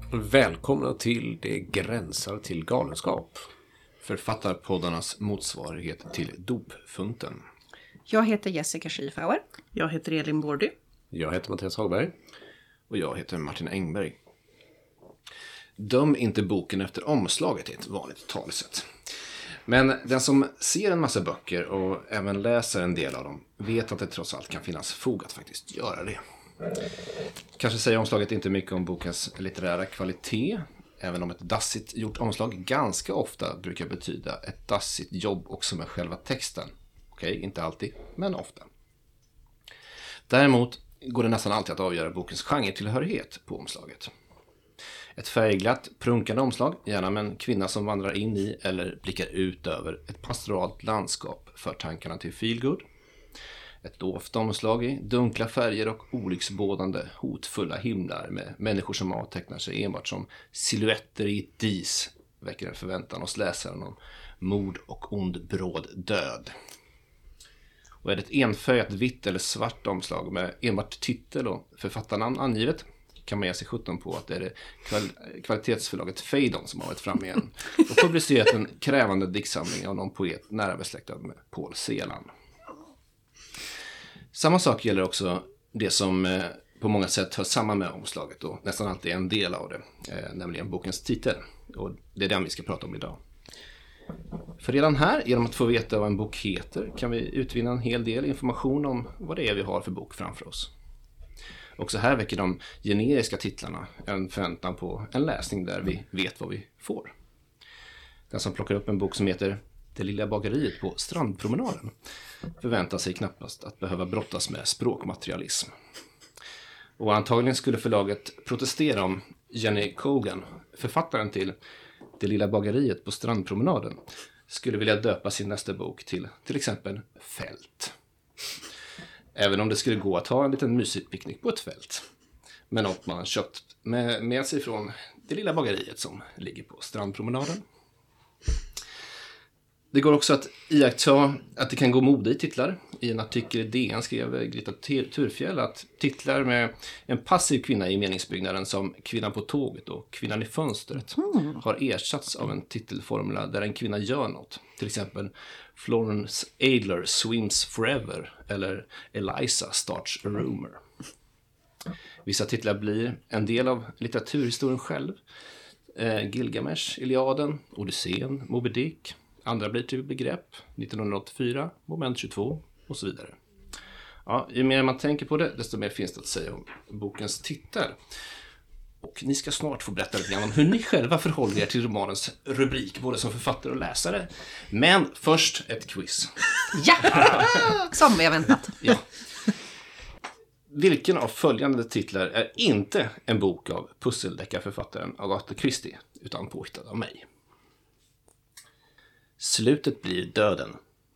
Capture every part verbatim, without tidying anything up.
Välkomna till Det gränsar till galenskap. Författarpoddarnas motsvarighet till dopfunten. Jag heter Jessica Schiefauer. Jag heter Elin Bordy. Jag heter Mattias Hagberg. Och jag heter Martin Engberg. Döm inte boken efter omslaget är ett vanligt talesätt. Men den som ser en massa böcker och även läser en del av dem vet att det trots allt kan finnas fog att faktiskt göra det. Kanske säger omslaget inte mycket om bokens litterära kvalitet, även om ett dassigt gjort omslag ganska ofta brukar betyda ett dassigt jobb också med själva texten. Okej, inte alltid, men ofta. Däremot går det nästan alltid att avgöra bokens genretillhörighet på omslaget. Ett färgglatt, prunkande omslag, gärna med en kvinna som vandrar in i eller blickar ut över ett pastoralt landskap för tankarna till feelgood. Ett dovt omslag i dunkla färger och olycksbådande, hotfulla himlar med människor som avtecknar sig enbart som silhuetter i ett dis väcker en förväntan hos läsaren om mord och ond bråd död. Och är det ett enfärgat vitt eller svart omslag med enbart titel och författarnamn angivet kan man ge sig sjutton på att det är det kval- kvalitetsförlaget Phaidon som har varit fram igen och publicerat en krävande diktsamling av någon poet nära besläktad med Paul Celan. Samma sak gäller också det som eh, på många sätt hör samman med omslaget och nästan alltid är en del av det, eh, nämligen bokens titel. Och det är den vi ska prata om idag. För redan här, genom att få veta vad en bok heter, kan vi utvinna en hel del information om vad det är vi har för bok framför oss. Också här väcker de generiska titlarna en förväntan på en läsning där vi vet vad vi får. Den som plockar upp en bok som heter Det lilla bageriet på strandpromenaden förväntar sig knappast att behöva brottas med språkmaterialism. Och antagligen skulle förlaget protestera om Jenny Kogan, författaren till Det lilla bageriet på strandpromenaden, skulle vilja döpa sin nästa bok till till exempel Fält. Även om det skulle gå att ha en liten mysig picknick på ett fält. Men något man köpt med, med sig från det lilla bageriet som ligger på strandpromenaden. Det går också att iaktta att det kan gå mode i titlar. I en artikel i D N skrev Greta Thurfjell att titlar med en passiv kvinna i meningsbyggnaden som Kvinnan på tåget och Kvinnan i fönstret mm. har ersatts av en titelformula där en kvinna gör något. Till exempel Florence Adler Swims Forever eller Eliza Starts a Rumor. Vissa titlar blir en del av litteraturhistorien själv. Eh, Gilgamesh, Iliaden, Odysseen, Moby Dick. Andra blir till begrepp, nittonhundraåttiofyra, moment tjugotvå och så vidare. Ja, ju mer man tänker på det, desto mer finns det att säga om bokens titel. Och ni ska snart få berätta lite grann om hur ni själva förhåller er till romanens rubrik, både som författare och läsare. Men först ett quiz. Ja, som vi har väntat. Ja. Vilken av följande titlar är inte en bok av pusseldeckarförfattaren Agatha Christie, utan påhittad av mig? Slutet blir döden.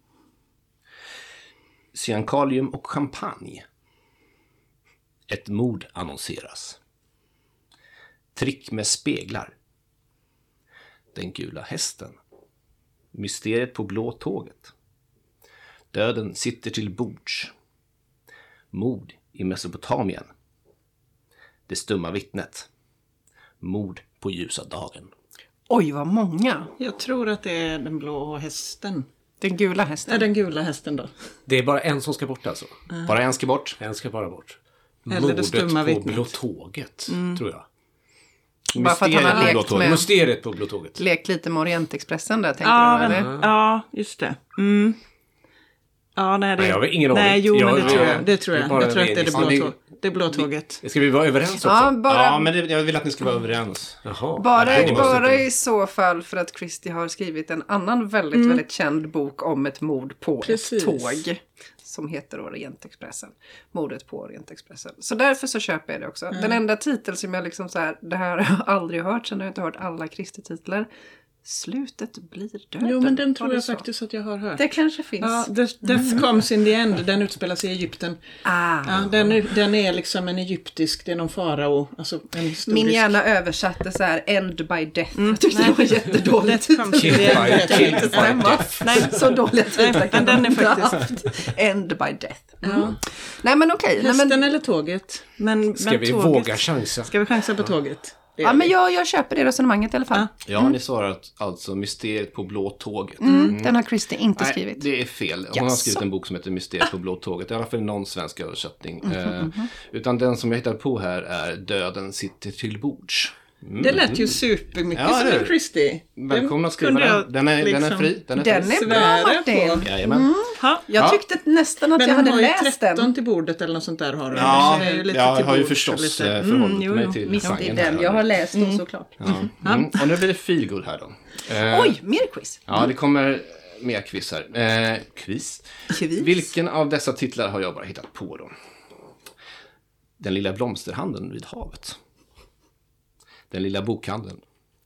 Cyankalium och champagne. Ett mord annonseras. Trick med speglar. Den gula hästen. Mysteriet på blå tåget. Döden sitter till bords. Mord i Mesopotamien. Det stumma vittnet. Mord på ljusa dagen. Oj, vad många. Jag tror att det är den blå hästen. Den gula hästen. Ja, den gula hästen då. Det är bara en som ska bort alltså. Mm. Bara en ska bort. En ska bara bort. Eller Mordet det stumma på vittnet. blå tåget, mm. tror jag. Bara för att han har lekt med... Mysteriet på blå tåget. Lekt lite med Orientexpressen där, tänker ja, du? Men, ja, just det. Mm. Ja, nej, det... nej, jag har ingen aning. Nej, jo, jag, men det jag, tror jag. Det tror jag. Jag tror att det är det blå, ja, tåg. det blå tåget. Ska vi vara överens också? Ja, bara... ja men det, jag vill att ni ska vara överens. Jaha. Bara, nej, bara i så fall för att Christie har skrivit en annan väldigt, mm. väldigt känd bok om ett mord på Precis. ett tåg. Som heter Orientexpressen. Mordet på Orientexpressen. Så därför så köper jag det också. Mm. Den enda titel som jag liksom så här, det här har jag aldrig hört, sen har jag inte hört alla Christie-titlar. Slutet blir döden. Jo, men den tror jag så? faktiskt att jag har hört. Det kanske finns. Ja, Death, Death mm. Comes in the End. Den utspelar sig i Egypten. Ah. Ja, den, den är liksom en egyptisk, det är någon farao. Alltså en historisk... Min hjärna översatte så här, End by Death. Mm. Jag tyckte Nej. det var jättedåligt. Death Comes in the End. Kill by Death. Nej, så dåligt titlar kan den är faktiskt. End by Death. Mm. Ja. Nej, men okej. Okay. Hästen men... eller tåget? Men, Ska men vi tåget... våga chansa? Ska vi chansa på tåget? Ja, men jag, jag köper det resonemanget i alla fall. Ja, ja mm. ni svarar alltså Mysteriet på blå tåget. Mm, mm. Den har Christie inte Nej, skrivit. det är fel. Hon yes. har skrivit en bok som heter Mysteriet på blå tåget. I alla fall någon svensk översättning. Mm, eh, mm, mm. Utan den som jag hittar på här är Döden sitter till bords. Mm. Det lät ju supermycket ja, som en Christie. Välkommen att skriva den. Den är, liksom, den är fri. Den är, den fri. är bra, Martin. Jajamän. Mm. Jag tyckte nästan att men jag hade läst den. Men har ju tretton till bordet eller något sånt där. Har du. Ja, så är ju lite jag till har ju bord, förstås lite. förhållit mm, mig till Mitt i genren den. här. Jag har läst den mm. såklart. Ja. Mm. Och nu blir det feelgood här då. Eh, Oj, mer quiz. Ja, det kommer mer quiz här. Eh, quiz. quiz. Vilken av dessa titlar har jag bara hittat på då? Den lilla blomsterhandeln vid havet. Den lilla bokhandeln.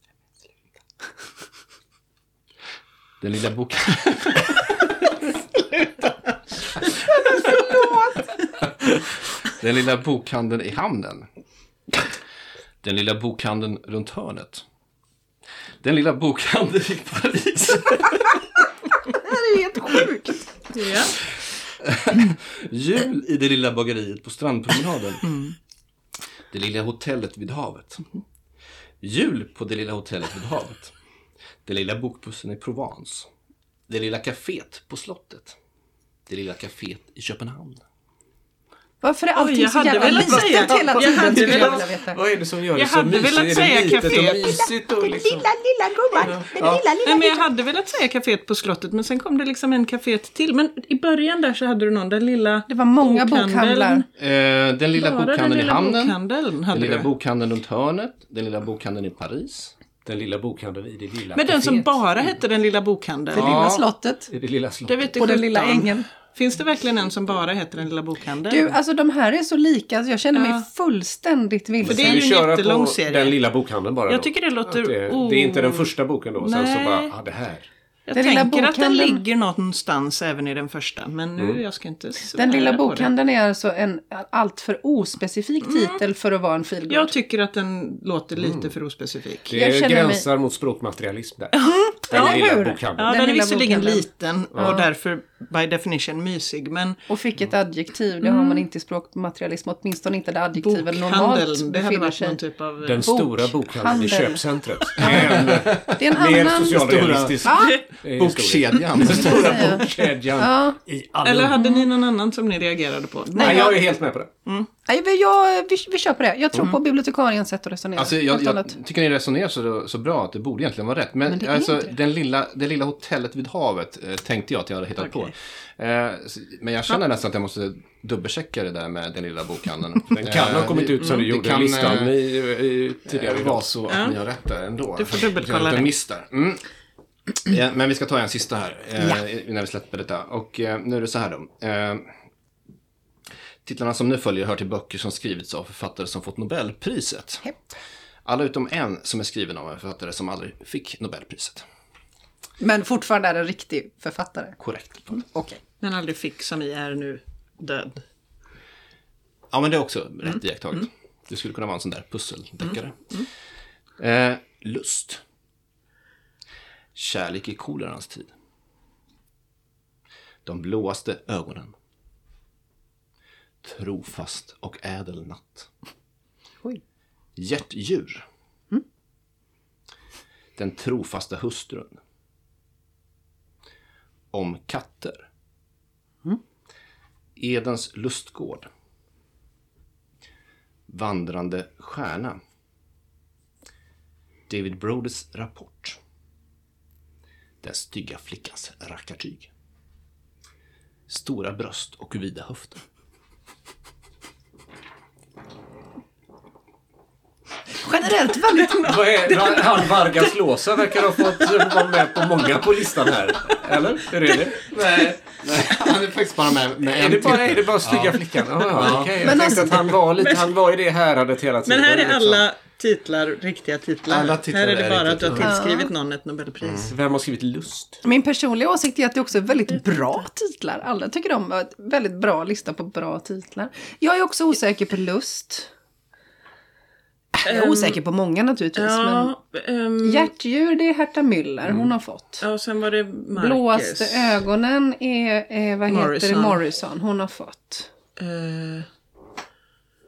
Den lilla bokhandeln. Den lilla bokhandeln i hamnen. Den lilla bokhandeln runt hörnet. Den lilla bokhandeln i Paris. Det här är helt sjukt. Ja. Jul i det lilla bageriet på strandpromenaden. Mm. Det lilla hotellet vid havet. Jul på det lilla hotellet vid havet. Det lilla bokbussen i Provence. Det lilla kaféet på slottet. Det lilla kaféet i Köpenhamn. Varför är allting Oj, så jävla litet hela tiden? Jag hade velat, jag veta. Vad är det som gör det jag så hade mysigt? velat säga kaféet. Den lilla, lilla gumman. Den ja. lilla, lilla, men jag hade velat säga kaféet på slottet. Men sen kom det liksom en kafé till. Men i början där så hade du någon. Den lilla Det var många bokhandlar. Eh, den lilla Bara bokhandeln den lilla i hamnen. Bokhandeln hade den lilla du. bokhandeln runt hörnet. Den lilla bokhandeln i Paris. Den lilla bokhandeln i det lilla Men kaféet. den som bara hette den lilla bokhandeln. Det lilla Ja. slottet. I det lilla slottet. Det vet du På den sjutton. lilla ängen. Finns det verkligen en som bara heter den lilla bokhandeln? Du, alltså de här är så lika. Alltså, jag känner mig Ja. fullständigt vilsen. För det är ju vi en köra jättelång på serie. den lilla bokhandeln bara Jag då? tycker det låter- Att det, oh. det är inte den första boken då. Sen Nej. så bara, ja det här. Jag Den lilla tänker att den bokhandeln- ligger någonstans även i den första. Men nu, Mm. jag ska inte Den lilla svära på det. bokhandeln är alltså en alltför ospecifik titel för att vara en feelgood. Jag tycker att den låter lite för ospecifik. Det Jag känner gränsar mot språkmaterialism där. Den eller lilla hur? bokhandeln. Ja, Den den är lilla visserligen bokhandeln. liten och därför by definition mysig. Men Och fick ett adjektiv. Det har man inte i språkmaterialism. Åtminstone inte där adjektiven normalt bokhandeln, det hade befinner varit sig. någon typ av... Den stora bokhandeln i Handel. köpcentret. En Det är en mer annan... socialrealistisk Ja. historia. Bokkedjan. Den stora säga. bokkedjan Ja. i alla... Eller hade ni någon annan som ni reagerade på? Nej, jag är helt med på det. Nej, vi, jag, vi, vi kör på det. Jag tror på bibliotekariens sätt att resonera. Alltså, jag, Allt jag annat. tycker ni resonerar så, så bra att det borde egentligen vara rätt. Men, Men det är alltså, inte det. den lilla, det lilla hotellet vid havet eh, tänkte jag att jag hade hittat Okej. på. Eh, så- men jag känner nästan att jag måste dubbelchecka det där med den lilla bokhandeln. Den kan ha kommit ut som du gjorde kan, i listan eh, i, i, tidigare Det idag. var så att ni har rätt där ändå. Du får dubbelkolla Jag har gjort en det. miss där. Mm. Ja, men vi ska ta en sista här eh, innan vi släpper detta. Och eh, nu är det så här då. Eh, titlarna som nu följer hör till böcker som skrivits av författare som fått Nobelpriset. Hepp. Alla utom en som är skriven av en författare som aldrig fick Nobelpriset. Men fortfarande är en riktig författare. Korrekt. Okej. Den aldrig fick som i är nu död. Ja, men det är också rätt iakttaget. Det skulle kunna vara en sån där pusseldeckare. Eh, lust. Kärlek i kolerans tid. De blåaste ögonen. Trofast och ädel natt. Oj. Hjärtdjur. Den trofasta hustrun. Om katter. Edens lustgård. Vandrande stjärna. David Broders rapport. Den stygga flickans rackartyg. Stora bröst och vida höfter. Generellt väldigt... Vad är, han Vargas Llosa verkar ha fått vara med på många på listan här. Eller? Hur är det? Nej, nej, han är faktiskt bara med, med Är en det bara, titel. är det bara stygga flickan? Ja, ja, okej. Jag Men tänkte alltså- att han var lite, han var i det häradet hela tiden. Men här är liksom. alla titlar riktiga titlar. Alla titlar här är det är bara riktiga att du har titlar. tillskrivit någon ett Nobelpris. Vem har skrivit lust? Min personliga åsikt är att det också är väldigt bra titlar. Alla tycker om ett väldigt bra lista på bra titlar. Jag är också osäker på lust. Jag är osäker på många naturligtvis. Ja, Men ehm, hjärtdjur, det är Herta Müller. Hon har fått. ja, och sen var det Marcus. Blåaste ögonen är, är vad heter det? Morrison. Morrison. Hon har fått. Eh,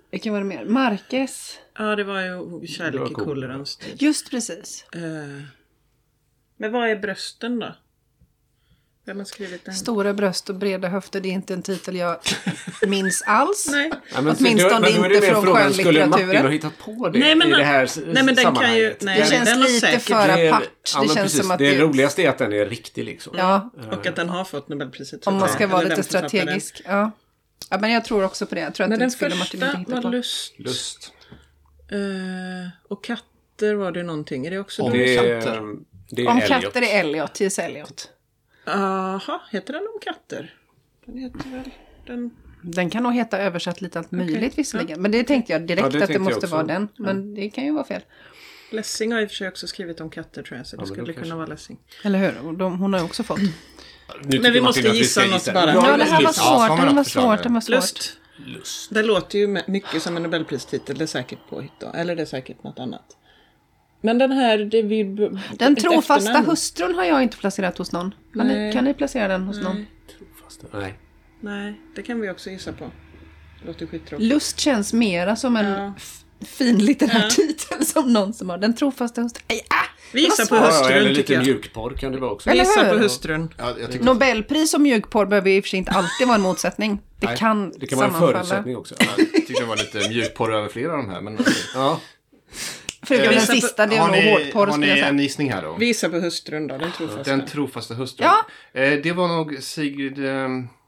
Vilken var det mer? Marquez. Ja, det var ju Kärlek i kolerans tid. Just precis. Uh, men vad är brösten då? Vem har skrivit den? Stora bröst och breda höfter, det är inte en titel jag minns alls. Nej. Ja, men, åtminstone men, men, inte från frågan, skulle Martin ha skönlitteraturen. hittat på det Nej, men, i det här nej, men den kan ju, nej, Det känns den lite säkert, för det är, apart. ja, Det men känns precis, som att det det, roligaste är att den är riktig liksom. ja, och att den har fått Nobelpriset. om man ska vara Eller lite den författaren. strategisk. Ja. Ja, men jag tror också på det. Jag tror att Men det den skulle Martin inte första hitta var på. lust. Lust. Uh, och katter var det någonting. Är det också Om då? Det är, katter. det är Om Eliot. katter är Eliot, T S Eliot. Jaha, heter den om katter? Den heter väl... Den... Den kan nog heta översatt lite allt möjligt Okej. visserligen. Men det tänkte jag direkt Ja, det att det tänkte jag måste också. vara den. Men det kan ju vara fel. Lessing har i och för sig också skrivit om katter tror jag. Så det men då skulle kanske- kunna vara Lessing. Eller hur? Och de, hon har ju också fått. Nu Men tycker vi måste Martin att gissa ska något bara. Ja, Ja, det här var Ja, svårt. får man Den ha var förslag svårt. Den var svårt. Lust. Lust. Det låter ju me- mycket som en Nobelpristitel. Det är säkert påhitt då. Eller det är säkert något annat. Men den här... Det vi, Den ett trofasta efternamn. hustrun har jag inte placerat hos någon. Kan ni, Nej. kan ni placera den hos någon? Fast, nej. Nej, det kan vi också gissa på. Låter skittråkigt. Lust känns mera som en Ja. f- fin litterär Ja. titel som någon som har. Den trofasta hustrun. Nej, ah, Vi gissar på det var Ja, hustrun eller tycker lite jag. mjukporr kan det vara också. Vi Eller gissar hur? på hustrun. Ja, jag tycker Nobelpris och mjukporr behöver i och för sig inte alltid vara en motsättning. Det Nej, kan det kan vara en sammanfalla. förutsättning också. Jag tycker det var lite mjukporr över flera av de här. Men, Ja. Förutom Jag den gissar på- sista, det är har nog ni, hårdporr har skulle ni jag säga. en gissning här då? Vi gissar på hustrun då, den trofasta. Den trofasta hustrun. Ja. Eh, det var nog Sigrid eh,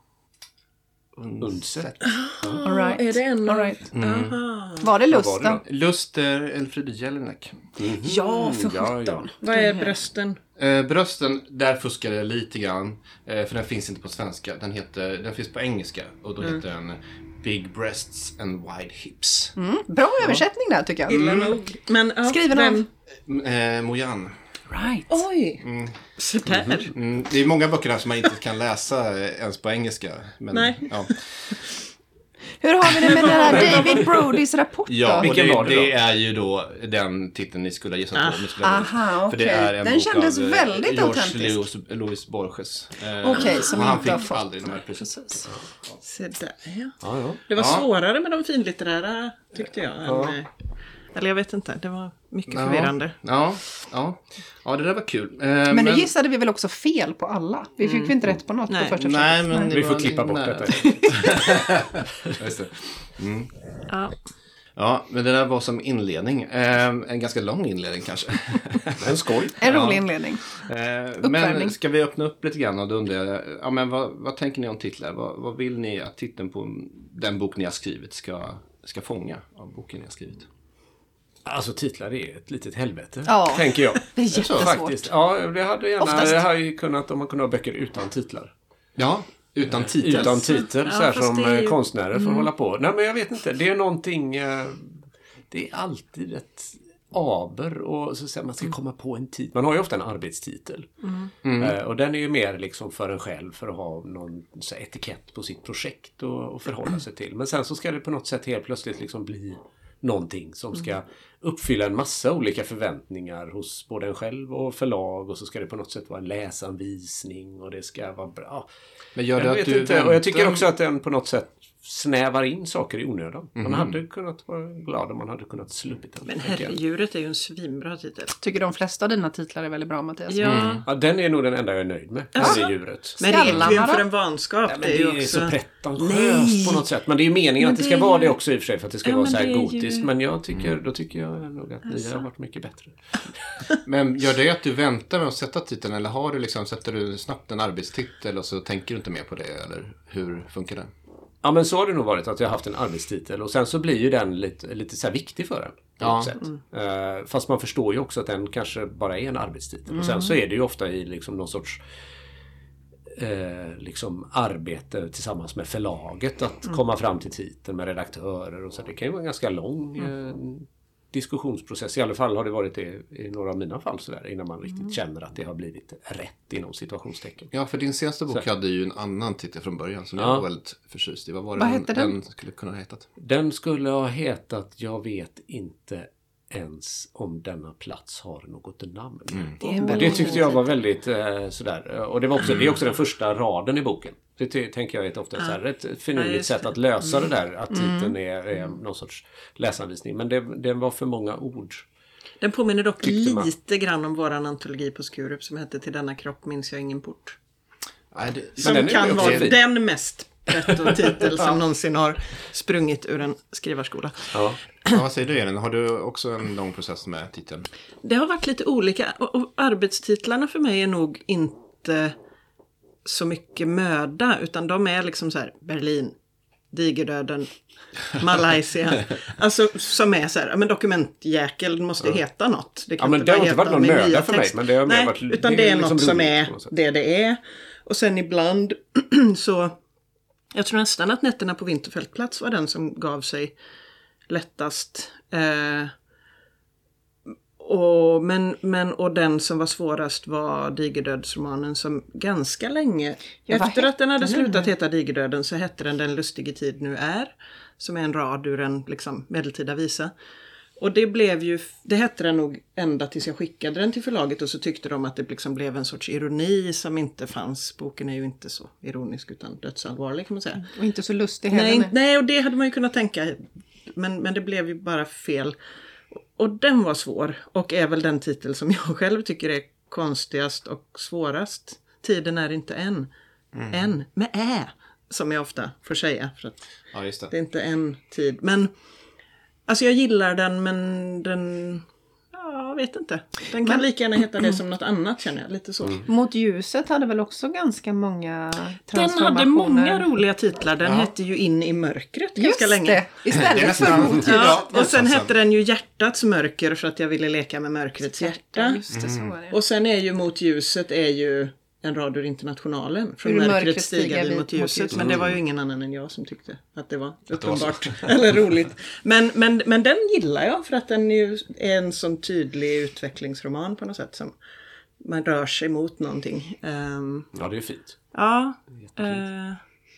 Undset. All right. Är det en All av... right. Aha. Var det lust var det då? då? Luster Elfriede Jelinek. Ja, för ja, sjutton. Vad är brösten? Eh, brösten, där fuskade jag lite grann. Eh, för den finns inte på svenska. Den, heter, den finns på engelska. Och då heter den Big Breasts and Wide Hips. Mm, bra översättning där tycker jag. Illa nog. Men, ja, Skriven vem? av? Eh, Mojan. Right. Oj! Så där. Mm, det är många böcker här som man inte kan läsa eh, ens på engelska. Men, Nej. Ja, Hur har vi det med den här David Brodys rapport ja då? och Vilken det, var det då? det är ju då den titeln ni skulle ha gissat på. om ni skulle ha valt. Aha, För det okej. är en Den bok kändes av eh, väldigt George autentisk. Louis, Louis Borges. Eh, Okej, som och han inte har fick fått. aldrig den här priset. Precis. Så där, ja. Ja, ja. Det var Ja. svårare med de finlitterära, tyckte jag. Ja. Än, eh, eller jag vet inte, det var mycket Ja. förvirrande. Ja, ja. Ja, det där var kul. Eh, Men nu gissade vi väl också fel på alla? Vi fick ju inte rätt på något Nej. på första Nej, försöket. men det Vi får var klippa bort nära. detta. Just det. Mm. Ja. Ja, men det där var som inledning. Eh, en ganska lång inledning kanske. En skoj. En Ja. rolig inledning. Eh, Uppvärmning. men ska vi öppna upp lite grann och då undrar jag, ja, men vad, vad tänker ni om titlar? Vad, vad vill ni att titeln på den bok ni har skrivit ska, ska fånga av boken ni har skrivit? Alltså titlar är ett litet helvete, Ja. tänker jag. Det är jättesvårt. Faktiskt. Ja, det hade gärna, Oftast. det hade ju kunnat om man kunde ha böcker utan titlar. Ja, utan titel. Utan titel, Ja, så här fast som det är ju- eh, konstnärer får hålla på. Nej, men jag vet inte. Det är någonting... Eh, det är alltid ett aber och så att säga, man ska komma på en titel. Man har ju ofta en arbetstitel. Mm. Eh, och den är ju mer liksom för en själv för att ha någon så här, etikett på sitt projekt och, och förhålla sig till. Men sen så ska det på något sätt helt plötsligt liksom bli någonting som ska uppfylla en massa olika förväntningar hos både en själv och förlag, och så ska det på något sätt vara en läsanvisning och det ska vara bra. Men gör det Jag att vet du inte, och jag tycker väntar- också att den på något sätt snävar in saker i onödan. Mhm. Man hade kunnat vara glad om man hade kunnat sluppit den. Men tänker jag. herrdjuret är ju en svinbra titel. Tycker de flesta av dina titlar är väldigt bra, Mattias. Ja. Ja, den är nog den enda jag är nöjd med. Alltså? Det är djuret. Men Skallarna Requiem då? för en vanskap, Ja, men det är ju det är också... så pretentiöst Nej. på något sätt. Men det är ju meningen Men att det det ska är vara ju- det också i och för sig, för att det ska Ja, vara men så här det är ju- gotiskt. Men jag tycker, då tycker jag nog att ni Alltså. har varit mycket bättre. Men gör det att du väntar med att sätta titeln, eller har du liksom, sätter du snabbt en arbetstitel och så tänker du inte mer på det, eller hur funkar det? Ja, men så har det nog varit att jag har haft en arbetstitel och sen så blir ju den lite, lite så här viktig för en. På Ja. något sätt. Eh, fast man förstår ju också att den kanske bara är en arbetstitel. Och sen så är det ju ofta i liksom någon sorts eh, liksom arbete tillsammans med förlaget att komma fram till titeln med redaktörer och så. Det kan ju vara en ganska lång eh, diskussionsprocess. I alla fall har det varit det i några av mina fall så där, innan man riktigt känner att det har blivit rätt inom situationstecken. Ja, för din senaste bok Så. hade ju en annan titel från början som jag Ja. var väldigt förtjust i. Vad var det Vad den, hette den? den skulle kunna ha hetat? Den skulle ha hetat Jag vet inte ens om denna plats har något namn. Mm. Det, är en Och det tyckte jag var väldigt eh, sådär. Och det var också, det är också den första raden i boken. Det ty- tänker jag är ett ofta så här, ett finurligt Ja, sätt att lösa mm. det där. Att titeln är, är någon sorts läsanvisning. Men det, det var för många ord. Den påminner dock Tyckte man. lite grann om våran antologi på Skurup som hette Till denna kropp minns jag ingen port. Nej, det, Som den är kan ju också vara fin. den mest pretto-titel som någonsin har sprungit ur en skrivarskola. Ja. ja, vad säger du Elin? Har du också en lång process med titeln? Det har varit lite olika. Och, och arbetstitlarna för mig är nog inte så mycket möda. Utan de är liksom så här Berlin, Digerdöden, Malaysia. Alltså som är så här, men dokumentjäkel måste ju heta något. Det kan Ja, men inte det har bara inte varit heta någon med möda nya för mig, text. men det har mer Nej, varit- utan det det är är liksom något som roligt är på något sätt. det det är. Och sen ibland så, jag tror nästan att Nätterna på Vinterfältplats var den som gav sig lättast. Eh, och, men, men, och den som var svårast var Digerdödsromanen som ganska länge, Ja, vad efter att den hade hette den slutat nu? heta Digerdöden så hette den Den lustige tid nu är. Som är en rad ur en liksom, medeltida visa. Och det blev ju, det hette den nog ända tills jag skickade den till förlaget och så tyckte de att det liksom blev en sorts ironi som inte fanns. Boken är ju inte så ironisk utan dödsallvarlig kan man säga. Och inte så lustig heller. Nej, nej, och det hade man ju kunnat tänka. Men, men det blev ju bara fel. Och den var svår. Och är väl den titel som jag själv tycker är konstigast och svårast. Tiden är inte än. Mm. Än med ä. Som jag ofta får säga. För att Ja, just det. det är inte en tid. Men alltså jag gillar den men den... Ja, jag vet inte. Den kan Men- lika gärna heta det som något annat känner jag. Lite så. Mot ljuset hade väl också ganska många Den transformationer. hade många roliga titlar. Den Ja. hette ju In i mörkret ganska Just länge. det, Det är istället för nästan- mot ljuset. Ja, Och sen alltså. hette den ju Hjärtats mörker för att jag ville leka med mörkrets hjärta. Just det, så var det. Och sen är ju Mot ljuset är ju en rad ur Internationalen. Från Ur mörkret, mörkret stiga stiga vi vi mot mot ljuset. ljuset. Men det var ju ingen annan än jag som tyckte att det var det var så. uppenbart. Eller roligt. Men, men, men den gillar jag för att den ju är en sån tydlig utvecklingsroman på något sätt. Som man rör sig mot någonting. Um, Ja, det är fint. ja. Uh,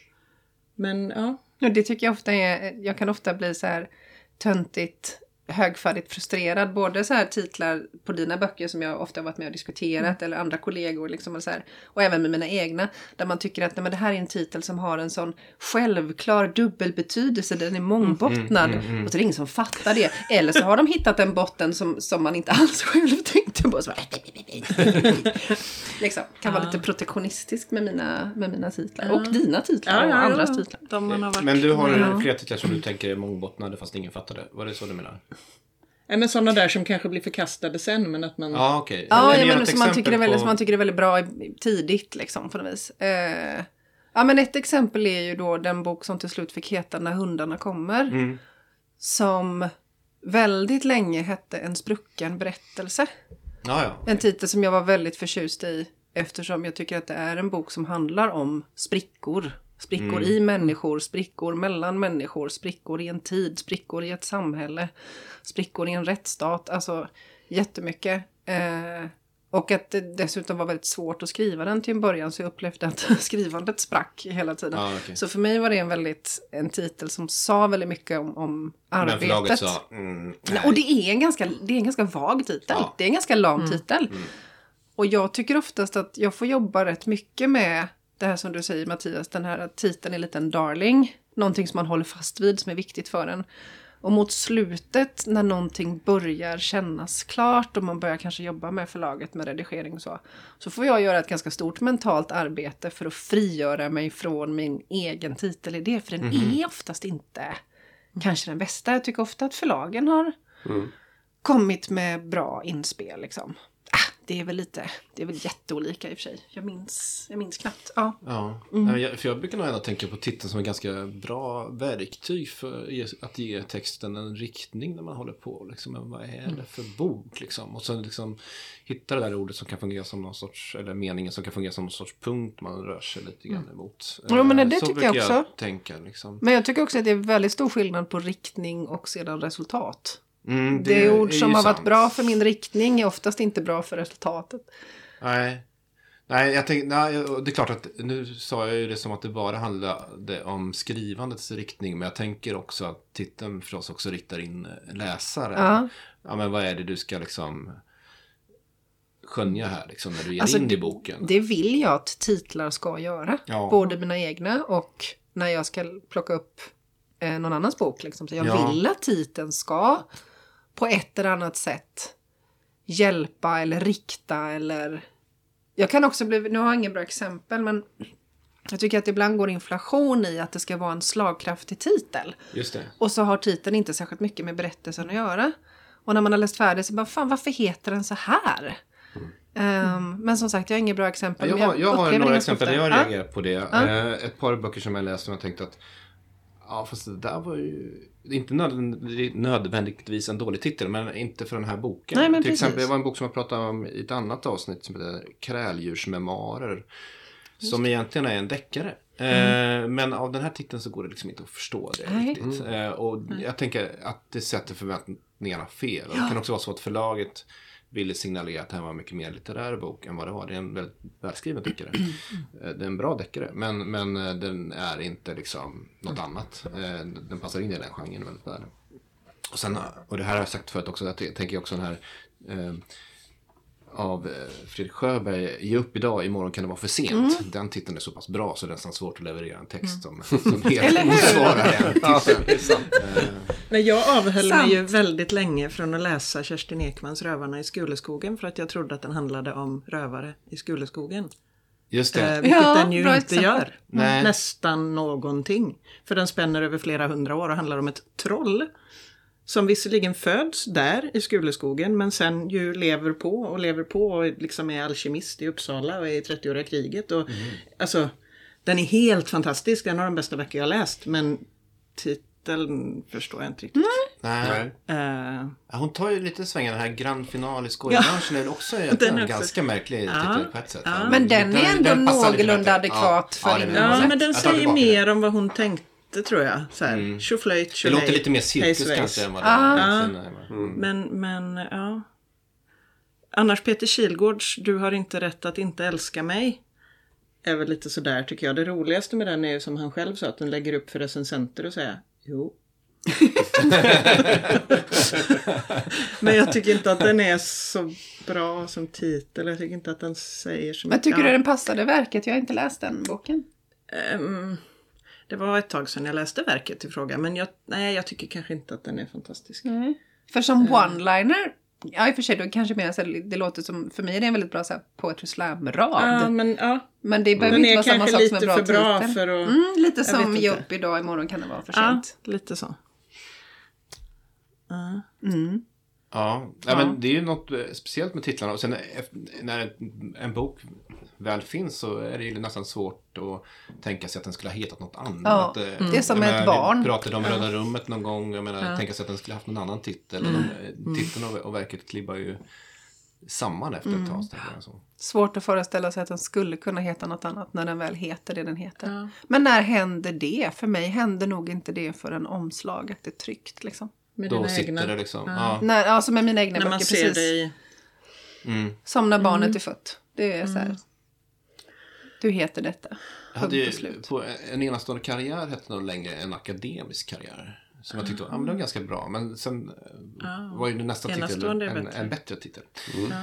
men ja. Och det tycker jag ofta är, jag kan ofta bli så här töntigt, högfärdigt frustrerad. Både så här titlar på dina böcker som jag ofta har varit med och diskuterat eller andra kollegor liksom och så här, och även med mina egna där man tycker att nej, men det här är en titel som har en sån självklar dubbelbetydelse, den är mångbottnad och så är det ingen som fattar det. Eller så har de hittat en botten som, som man inte alls själv tänkte på. Så bara, liksom, kan vara lite protektionistisk med mina, med mina titlar och dina titlar och andras titlar. De man har varit... Men du har flera titlar som du tänker är mångbottnade fast ingen fattade. Var det så du menar? Ja, men sådana där som kanske blir förkastade sen men att man... Ja, okej. Ja, Kan ja du ge men ett som man, exempel tycker är väldigt, på- som man tycker är väldigt bra i- tidigt liksom på något vis. Eh, ja men ett exempel är ju då den bok som till slut fick heta När hundarna kommer. Mm. Som väldigt länge hette En sprucken berättelse. Ja, ja. En titel som jag var väldigt förtjust i. Eftersom jag tycker att det är en bok som handlar om sprickor. Sprickor Mm. i människor, sprickor mellan människor, sprickor i en tid, sprickor i ett samhälle, sprickor i en rättsstat. Alltså jättemycket. Eh, och att det dessutom var väldigt svårt att skriva den till en början så jag upplevde att skrivandet sprack hela tiden. Ja, okej. Så för mig var det en väldigt en titel som sa väldigt mycket om, om Men arbetet. förlaget sa... Mm, nej. Och det är en ganska, det är en ganska vag titel. Ja. Det är en ganska lam titel. Och jag tycker oftast att jag får jobba rätt mycket med det här som du säger Mattias. Den här titeln är lite en darling. Någonting som man håller fast vid som är viktigt för en. Och mot slutet när någonting börjar kännas klart och man börjar kanske jobba med förlaget med redigering och så. Så får jag göra ett ganska stort mentalt arbete för att frigöra mig från min egen titelidé. För den Mhm. är oftast inte kanske den bästa. Jag tycker ofta att förlagen har Mm. kommit med bra inspel liksom. Ah, det är väl lite, det är väl jätteolika i och för sig. Jag minns, jag minns knappt. Ja. Ja, Mm. jag, för jag brukar nog ändå tänka på titeln som en ganska bra verktyg för ge- att ge texten en riktning när man håller på. Liksom, men vad är det för bok? Liksom? Och sen liksom hitta det där ordet som kan fungera som någon sorts, eller meningen som kan fungera som någon sorts punkt man rör sig lite grann emot. Jo, men det Eh, så tycker brukar jag också. tänka, liksom. Men jag tycker också att det är väldigt stor skillnad på riktning och sedan resultat. Mm, Det, är ord ju som har varit sant. bra för min riktning är oftast inte bra för resultatet. Nej. Nej, jag tänkte, nej, det är klart att nu sa jag ju det som att det bara handlade om skrivandets riktning, men jag tänker också att titeln förstås också riktar in läsaren. Ja. Ja, men vad är det du ska liksom skönja här liksom, när du ger Alltså, in i boken? Det vill jag att titlar ska göra. Ja. Både mina egna och när jag ska plocka upp eh, någon annans bok. Liksom. Så jag Ja. vill att titeln ska på ett eller annat sätt hjälpa eller rikta eller... Jag kan också bli... Nu har jag inget bra exempel, men jag tycker att ibland går inflation i att det ska vara en slagkraftig titel. Just det. Och så har titeln inte särskilt mycket med berättelsen att göra. Och när man har läst färdigt så bara, fan varför heter den så här? Mm. Um, men som sagt, jag har inget bra exempel. Jag men har, jag har upplever några det exempel där jag ofta. reagerar på det. Ja. Eh, ett par böcker som jag läste och jag tänkte att ja, fast det där var ju inte nödvändigt- nödvändigtvis en dålig titel, men inte för den här boken. Nej, men Till precis. exempel, det var en bok som jag pratade om i ett annat avsnitt som heter Kräldjursmemoarer. Som egentligen är en deckare. Mm. Eh, men av den här titeln så går det liksom inte att förstå det Nej. riktigt. Eh, och jag tänker att det sätter förväntningarna fel. Och det kan också vara så att förlaget ville signalera att det här var mycket mer litterär bok än vad det var. Det är en väldigt välskriven deckare. Eh, det är en bra deckare. Men, men eh, den är inte liksom något annat. Eh, den passar in i den genren väldigt väl. Och, sen, och det här har jag sagt förut också. Att jag tänker också den här... Eh, av Fredrik Sjöberg, Ge upp idag, imorgon kan det vara för sent. Mm. Den titeln är så pass bra så det är nästan svårt att leverera en text som, som helt motsvarar den titeln. Men jag avhöll Sant. mig ju väldigt länge från att läsa Kerstin Ekmans Rövarna i Skuleskogen för att jag trodde att den handlade om rövare i Skuleskogen. Just Eh, det. vilket Ja, den ju bra inte exempel. gör. Nej. Nästan någonting. För den spänner över flera hundra år och handlar om ett troll. Som visserligen föds där i Skuleskogen men sen ju lever på och lever på och liksom är alkemist i Uppsala och är i trettioåriga kriget. Och, Mm. alltså, den är helt fantastisk. Den har de bästa böcker jag har läst. Men titeln förstår jag inte riktigt. Nej. Eh, Ja, hon tar ju lite svängar. Den här Grand Final i skojbranschen är också en Den är också- ganska märklig titel på ett sätt. Ja. Men den är ändå passar lite någorlunda bättre. adekvat för den är- innehållet. ja, men den Jag tar säger tillbaka mer om vad hon tänkte, tror jag. Så här, Mm. tjoflöjt, Det tjolej, låter lite mer cirkus hejsvejs. kanske än vad det Ah. är. Sen, mm. Men, men, ja. Annars Peter Kilgårds Du har inte rätt att inte älska mig är väl lite sådär tycker jag. Det roligaste med den är ju som han själv sa att den lägger upp för recensenter och säger jo. Men jag tycker inte att den är så bra som titel. Jag tycker inte att den säger så Men mycket. tycker du den passade verket? Jag har inte läst den boken. Um, det var ett tag sedan jag läste verket i fråga. Men jag, nej, jag tycker kanske inte att den är fantastisk. Mm. För som one-liner, ja i och för sig då kanske mer så här, det låter som, för mig är det en väldigt bra så här, poetry slam-rad. Ja, men ja. Men det behöver Den inte är vara samma kanske sak som lite en bra för bra titel. för att... Mm, lite jag som vet Ge inte. upp idag, imorgon kan det vara för Ja, sent. lite så. Mm. Ja, ja, men det är ju något eh, speciellt med titlarna. Och sen efter, när en, en bok väl finns så är det ju nästan svårt att tänka sig att den skulle ha hetat något annat. Ja, Att, eh, mm. Det är som jag ett menar, barn. Vi pratade om Röda rummet någon gång. Jag menar, Ja. tänka sig att den skulle ha haft någon annan titel. Mm. Mm. Titeln och, och verket klibbar ju samman efter ett tag. tänker jag så. Svårt att föreställa sig att den skulle kunna heta något annat när den väl heter det den heter. Ja. Men när händer det? För mig händer nog inte det för en omslaget är tryckt liksom. Med Då dina sitter egna. det liksom. Ja. Ja. När, alltså med mina egna När man böcker, ser precis. det i... Mm. Som när barnet är fött. Det är så här. Du heter detta. Jag hade Punkt ju, och slut. på en enastående karriär hette nog länge en akademisk karriär. Som jag tyckte var, ja, men det var ganska bra. Men sen eh, Ah. var ju nästa titel Enastående är en, bättre. en bättre titel. Ja.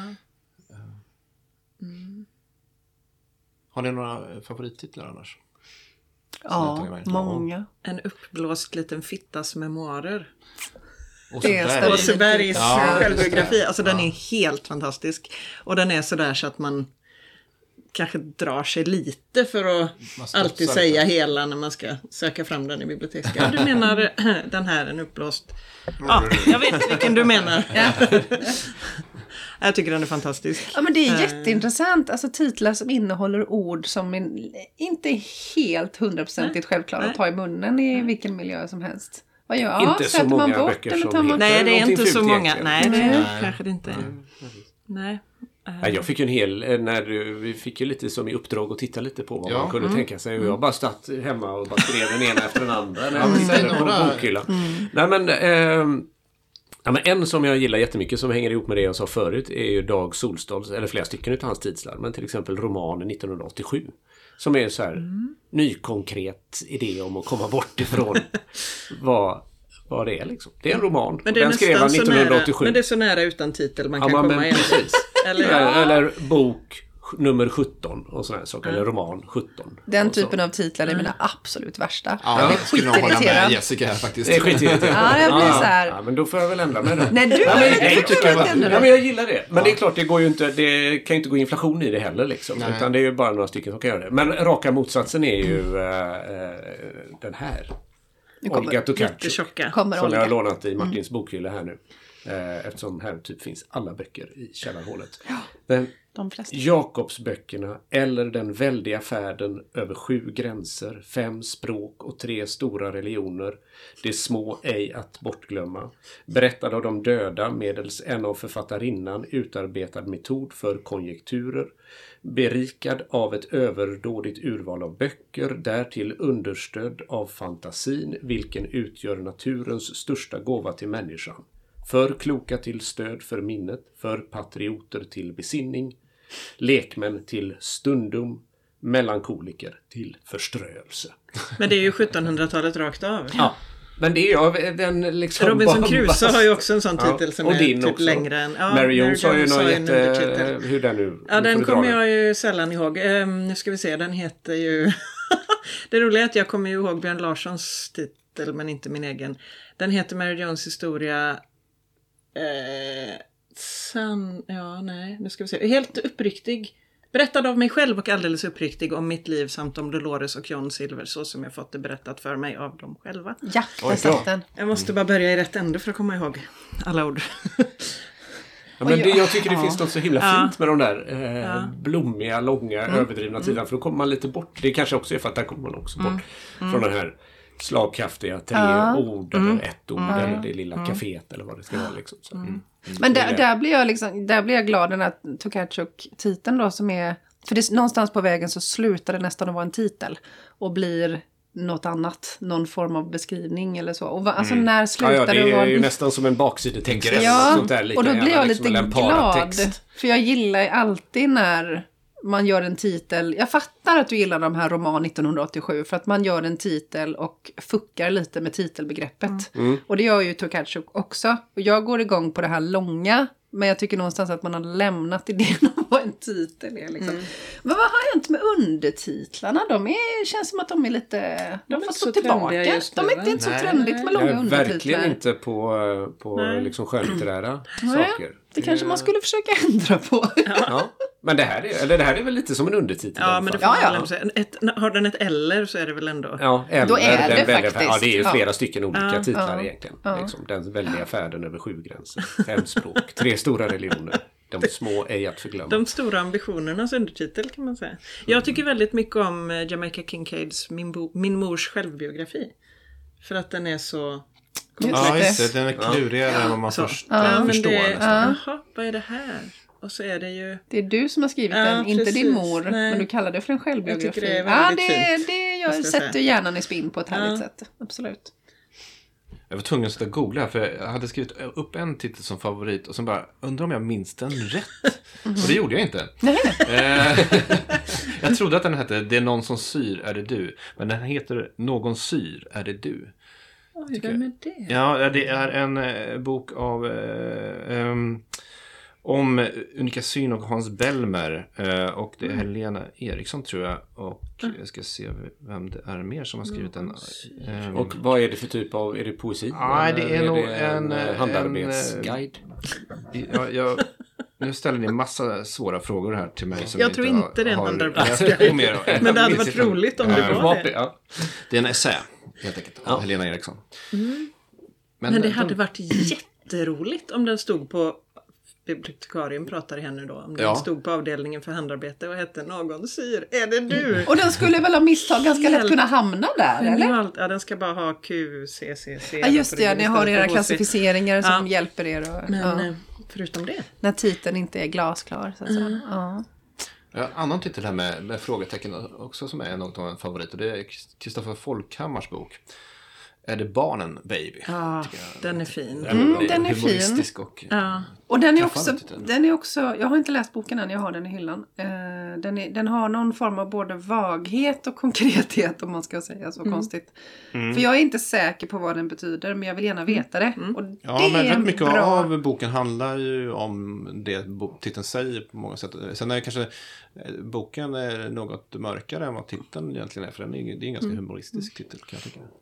Har ni några favorittitlar annars? Ja, många. En uppblåst liten fittas memoarer. Åseberg. Det är stabilt. Åsebergs Ja, just det. självbiografi. Alltså den Ja. är helt fantastisk. Och den är sådär så att man kanske drar sig lite för att Man studsar alltid lite. säga hela när man ska söka fram den i biblioteket. Ja, du menar den här, en uppblåst. Ja, jag vet vilken du menar. Jag tycker den är fantastisk. Ja, men det är Eh. jätteintressant. Alltså titlar som innehåller ord som är inte är helt hundraprocentigt självklara Nej. att ta i munnen i vilken miljö som helst. Vad gör jag? Inte så Sätter man många bort böcker eller som tar man... heter- Nej, det är någonting inte så fult många. egentligen. Nej, det Nej. kanske det inte är. Nej. Ja, jag fick ju en hel, eh, när du- vi fick ju lite som i uppdrag att titta lite på vad Ja. man kunde tänka sig. Och jag bara satt hemma och bara skrev den ena efter den andra när Ja, jag men tittade säg på några. bokhyllan. Nej men, ehm, Ja, men en som jag gillar jättemycket som hänger ihop med det jag sa förut är ju Dag Solstad, eller flera stycken utav hans tidslar, men till exempel romanen nittonhundraåttiosju som är så här mm. ny konkret idé om att komma bort ifrån vad, vad det är liksom. Det är en roman. Men det är den skrev han nittonhundraåttiosju. Nära, men det är så nära utan titel man kan ja, komma men, igen. eller, ja. eller bok nummer sjutton och sådana saker, mm. eller roman sjutton. Den typen av titlar är mina absolut värsta. Ja, jag skulle nog hålla med Jessica här faktiskt. Det är skitirriterande. Ja, jag blir så här. Ja, men då får jag väl ändra mig då. Nej, du ja, men, nej, tycker jag, jag, ja, men jag gillar det. Men ja. det är klart, det går ju inte, det kan ju inte gå inflation i det heller liksom. Nej. Utan det är ju bara några stycken som kan göra det. Men raka motsatsen är ju mm. äh, den här. Olga Tokarczuk. Som jag har lånat i Martins mm. bokhylla här nu. Eftersom här typ finns alla böcker i källarhålet. Ja, den, de flesta. Jakobsböckerna eller Den väldiga färden över sju gränser, fem språk och tre stora religioner. Det små ej att bortglömma. Berättad av de döda medels en av författarinnan utarbetad metod för konjekturer. Berikad av ett överdådigt urval av böcker, därtill understödd av fantasin, vilken utgör naturens största gåva till människan. För kloka till stöd för minnet, för patrioter till besinning, lekmän till stundum, melankoliker till förströelse. Men det är ju sjuttonhundratalet rakt av. Ja, men det är ju den liksom... Robinson Crusoe har ju också en sån titel ja, som är typ också. längre än... Ja, Mary Jones har ju någon jätte... Hur den nu... Ja, den kommer jag ju sällan ihåg. Um, nu ska vi se, den heter ju... Det roliga är att jag kommer ju ihåg Björn Larssons titel, men inte min egen. Den heter Mary Jones historia... Eh, san, ja, nej, nu ska vi se. Helt uppriktig. Berättad av mig själv och alldeles uppriktig om mitt liv samt om Dolores och John Silver, så som jag fått det berättat för mig av dem själva. Ja, jag satt den. Jag måste bara börja i rätt ände för att komma ihåg alla ord. Ja, men det, jag tycker det ja. finns något så himla ja. fint med de där eh, ja. blommiga, långa, mm. överdrivna mm. tiderna. För då kommer man lite bort. Det kanske också är för att där kommer man också bort mm. Mm. från den här slagkraftiga tre ja. ord eller mm. ett ord mm. eller det lilla mm. kaféet eller vad det ska vara liksom. Så, mm. Mm. Men där, där blir jag liksom, där blir jag glad den här Tokarczuk-titeln då som är, för det, någonstans på vägen så slutar det nästan att vara en titel och blir något annat, någon form av beskrivning eller så. Och va, alltså mm. när slutar ja, ja, det, det vara... är ju nästan som en baksidetänk. Ja, sånt där, och då blir jag lite liksom glad. För jag gillar alltid när man gör en titel. Jag fattar att du gillar de här roman nittonhundraåttiosju för att man gör en titel och fuckar lite med titelbegreppet. Mm. Och det gör ju Tokarczuk också. Och jag går igång på det här långa, men jag tycker någonstans att man har lämnat idén om vad en titel är. Liksom. Mm. Men vad har hänt med undertitlarna? De är, känns som att de är lite... De, de har fått stå tillbaka. De är inte, inte så trendigt med långa jag är undertitlar. Verkligen inte på, på liksom skönlitterära saker. Det kanske man skulle försöka ändra på. Ja. Ja. Men det här, är, eller det här är väl lite som en undertitel. Ja, men det får ja, ja. Ett, har den ett eller så är det väl ändå... Ja, eller, då är det den faktiskt. Ja, det är ju flera ja. stycken olika ja. titlar ja. egentligen. Ja. Liksom, den väldiga färden över sju gränser. Fem språk, tre stora religioner. De små ej att förglömma. De stora ambitionernas undertitel kan man säga. Jag tycker väldigt mycket om Jamaica Kincaids Min, bo, Min mors självbiografi. För att den är så... Ja, just det. Den är klurigare ja. än vad man så. först ja, förstår. Det, jaha, vad är det här? Och så är det ju... Det är du som har skrivit ja, den, precis. Inte din mor. Nej. Men du kallar det för en självbiografi. Jag tycker det är väldigt ja, det, fint. det jag sätter säga. hjärnan i spinn på ett härligt ja. sätt. Absolut. Jag var tvungen att sitta och googla för jag hade skrivit upp en titel som favorit och så bara, undrar om jag minns den rätt. Mm-hmm. Och det gjorde jag inte. Jag trodde att den hette Det är någon som syr, är det du? Men den heter Någon syr, är det du? Oj, vem är det? Ja, det är en eh, bok av eh, um, om Unika Syn och Hans Bellmer eh, och det är mm. Helena Eriksson tror jag och mm. jag ska se vem det är mer som har skrivit den. Um, och vad är det för typ av, är det poesi? Nej, det är, är nog det en, en handarbetsguide. En, ja, jag, nu ställer ni massa svåra frågor här till mig. Som jag tror inte, inte det är en handarbetsguide. Men det hade varit roligt om det var det. Ja. Det är en essä helt enkelt av ja. Helena Eriksson. Mm. Men, Men det hade varit jätteroligt om den stod på bibliotekarien pratar igen nu då. Om den ja. stod på avdelningen för handarbete och hette Någon syr. Är det du? Och den skulle väl ha misstag ganska lätt kunna hamna där, men eller? Allt, ja, den ska bara ha Q, C, C, C. Ja, just det. Ja, ni har era klassificeringar som ja. hjälper er. Och, men ja. förutom det. När titeln inte är glasklar. Så att säga. Mm. Ja. Ja, annan titel här med, med frågetecken också som är något av en favorit. Och det är Kristoffer Folkhammars bok. är det Barnen Baby. Ja, den är fin. Mm, den är humoristisk fin. Och, ja. Och den är, träffande också, titel. den är också, jag har inte läst boken än, jag har den i hyllan. Eh, den, är, den har någon form av både vaghet och konkrethet, om man ska säga så Mm. konstigt. Mm. För jag är inte säker på vad den betyder, men jag vill gärna veta det. Mm. Och Ja, det men är rätt mycket bra. av boken handlar ju om det bo- titeln säger på många sätt. Sen är kanske eh, boken är något mörkare än vad titeln egentligen är, för den är, det är en ganska Mm. humoristisk titel, kan jag tycka.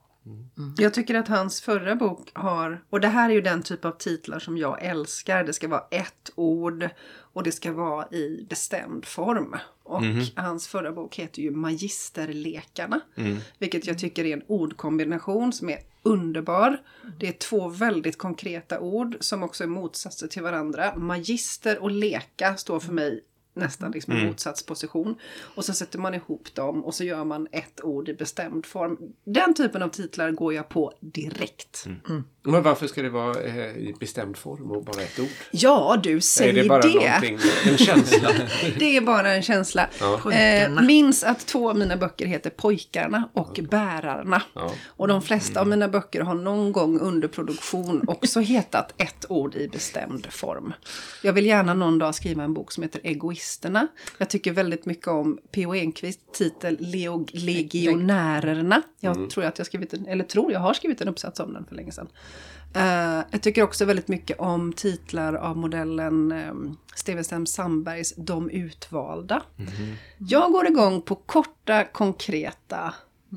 Jag tycker att hans förra bok har, och det här är ju den typ av titlar som jag älskar. Det ska vara ett ord och det ska vara i bestämd form. Och Mhm. hans förra bok heter ju Magisterlekarna. Mm. Vilket jag tycker är en ordkombination som är underbar. Det är två väldigt konkreta ord som också är motsatser till varandra. Magister och leka står för mig nästan liksom i Mm. motsatsposition. Och så sätter man ihop dem och så gör man ett ord i bestämd form. Den typen av titlar går jag på direkt. Mm. Men varför ska det vara eh, i bestämd form och bara ett ord? Ja, du säger är det bara det. någonting, en känsla? Det är bara en känsla. Ja. Eh, Pojkarna. minns att två av mina böcker heter Pojkarna och Bärarna. Ja. Och de flesta av mina böcker har någon gång under produktion också hetat ett ord i bestämd form. Jag vill gärna någon dag skriva en bok som heter Egoisterna. Jag tycker väldigt mycket om P O Enquists titel Leo- Legionärerna. Jag Mm. tror att jag skrivit en, eller tror jag har skrivit en uppsats om den för länge sedan. Uh, jag tycker också väldigt mycket om titlar av modellen um, Stevenson Sandbergs De utvalda. Mm. Jag går igång på korta, konkreta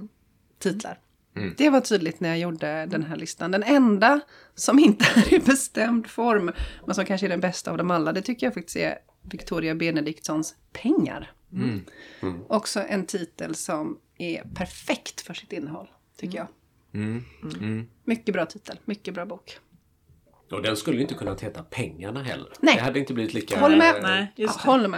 titlar. Mm. Det var tydligt när jag gjorde den här listan. Den enda som inte är i bestämd form, men som kanske är den bästa av dem alla, det tycker jag faktiskt är Victoria Benediktssons Pengar. Mm. Mm. Också en titel som är perfekt för sitt innehåll, tycker jag. Mm. Mm. Mycket bra titel, mycket bra bok. Och den skulle ju inte kunnat heta Pengarna heller. Nej. Det hade inte blivit lika... Håll med. Nej, just det. Håll med.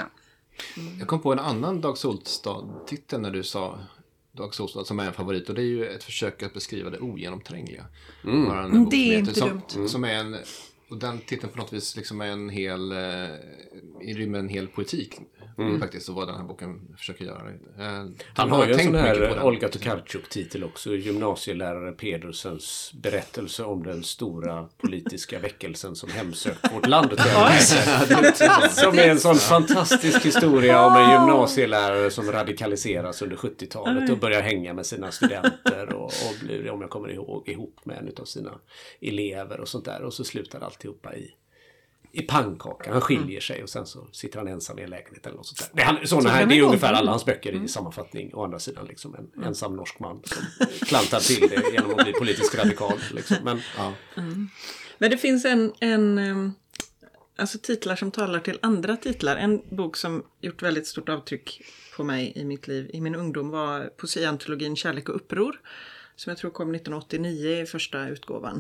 Jag kom på en annan Dag Solstad-titel när du sa Dag Solstad som är en favorit. Och det är ju ett försök att beskriva det ogenomträngliga. Mm. Bara en bok Det är som inte heter- dumt. som, som är en, och den titeln på något vis liksom är en hel, eh, rymmer en hel poetik. Mm. Faktiskt, och vad den här boken försöker göra. Eh, Han har ju en tänkt sån mycket på här den. Olga Tokarczuk-titel också. Gymnasielärare Pedersens berättelse om den stora politiska väckelsen som hemsökt vårt land. Som är en sån fantastisk historia om en gymnasielärare som radikaliseras under sjuttiotalet och börjar hänga med sina studenter och, och blir, om jag kommer ihåg, ihop med en av sina elever och sånt där. Och så slutar alltihopa i i pannkakan. Han skiljer sig och sen så sitter han ensam i en lägenhet eller något sånt där. Det, han, såna här, det är ungefär alla hans böcker i sammanfattning. Å andra sidan liksom en mm. ensam norsk man som klantar till det genom att bli politisk radikal. Liksom. Men, ja. Mm. Men det finns en, en um, alltså titlar som talar till andra titlar. En bok som gjort väldigt stort avtryck på mig i mitt liv, i min ungdom, var poesiantologin Kärlek och uppror. Som jag tror kom nittonhundraåttionio i första utgåvan.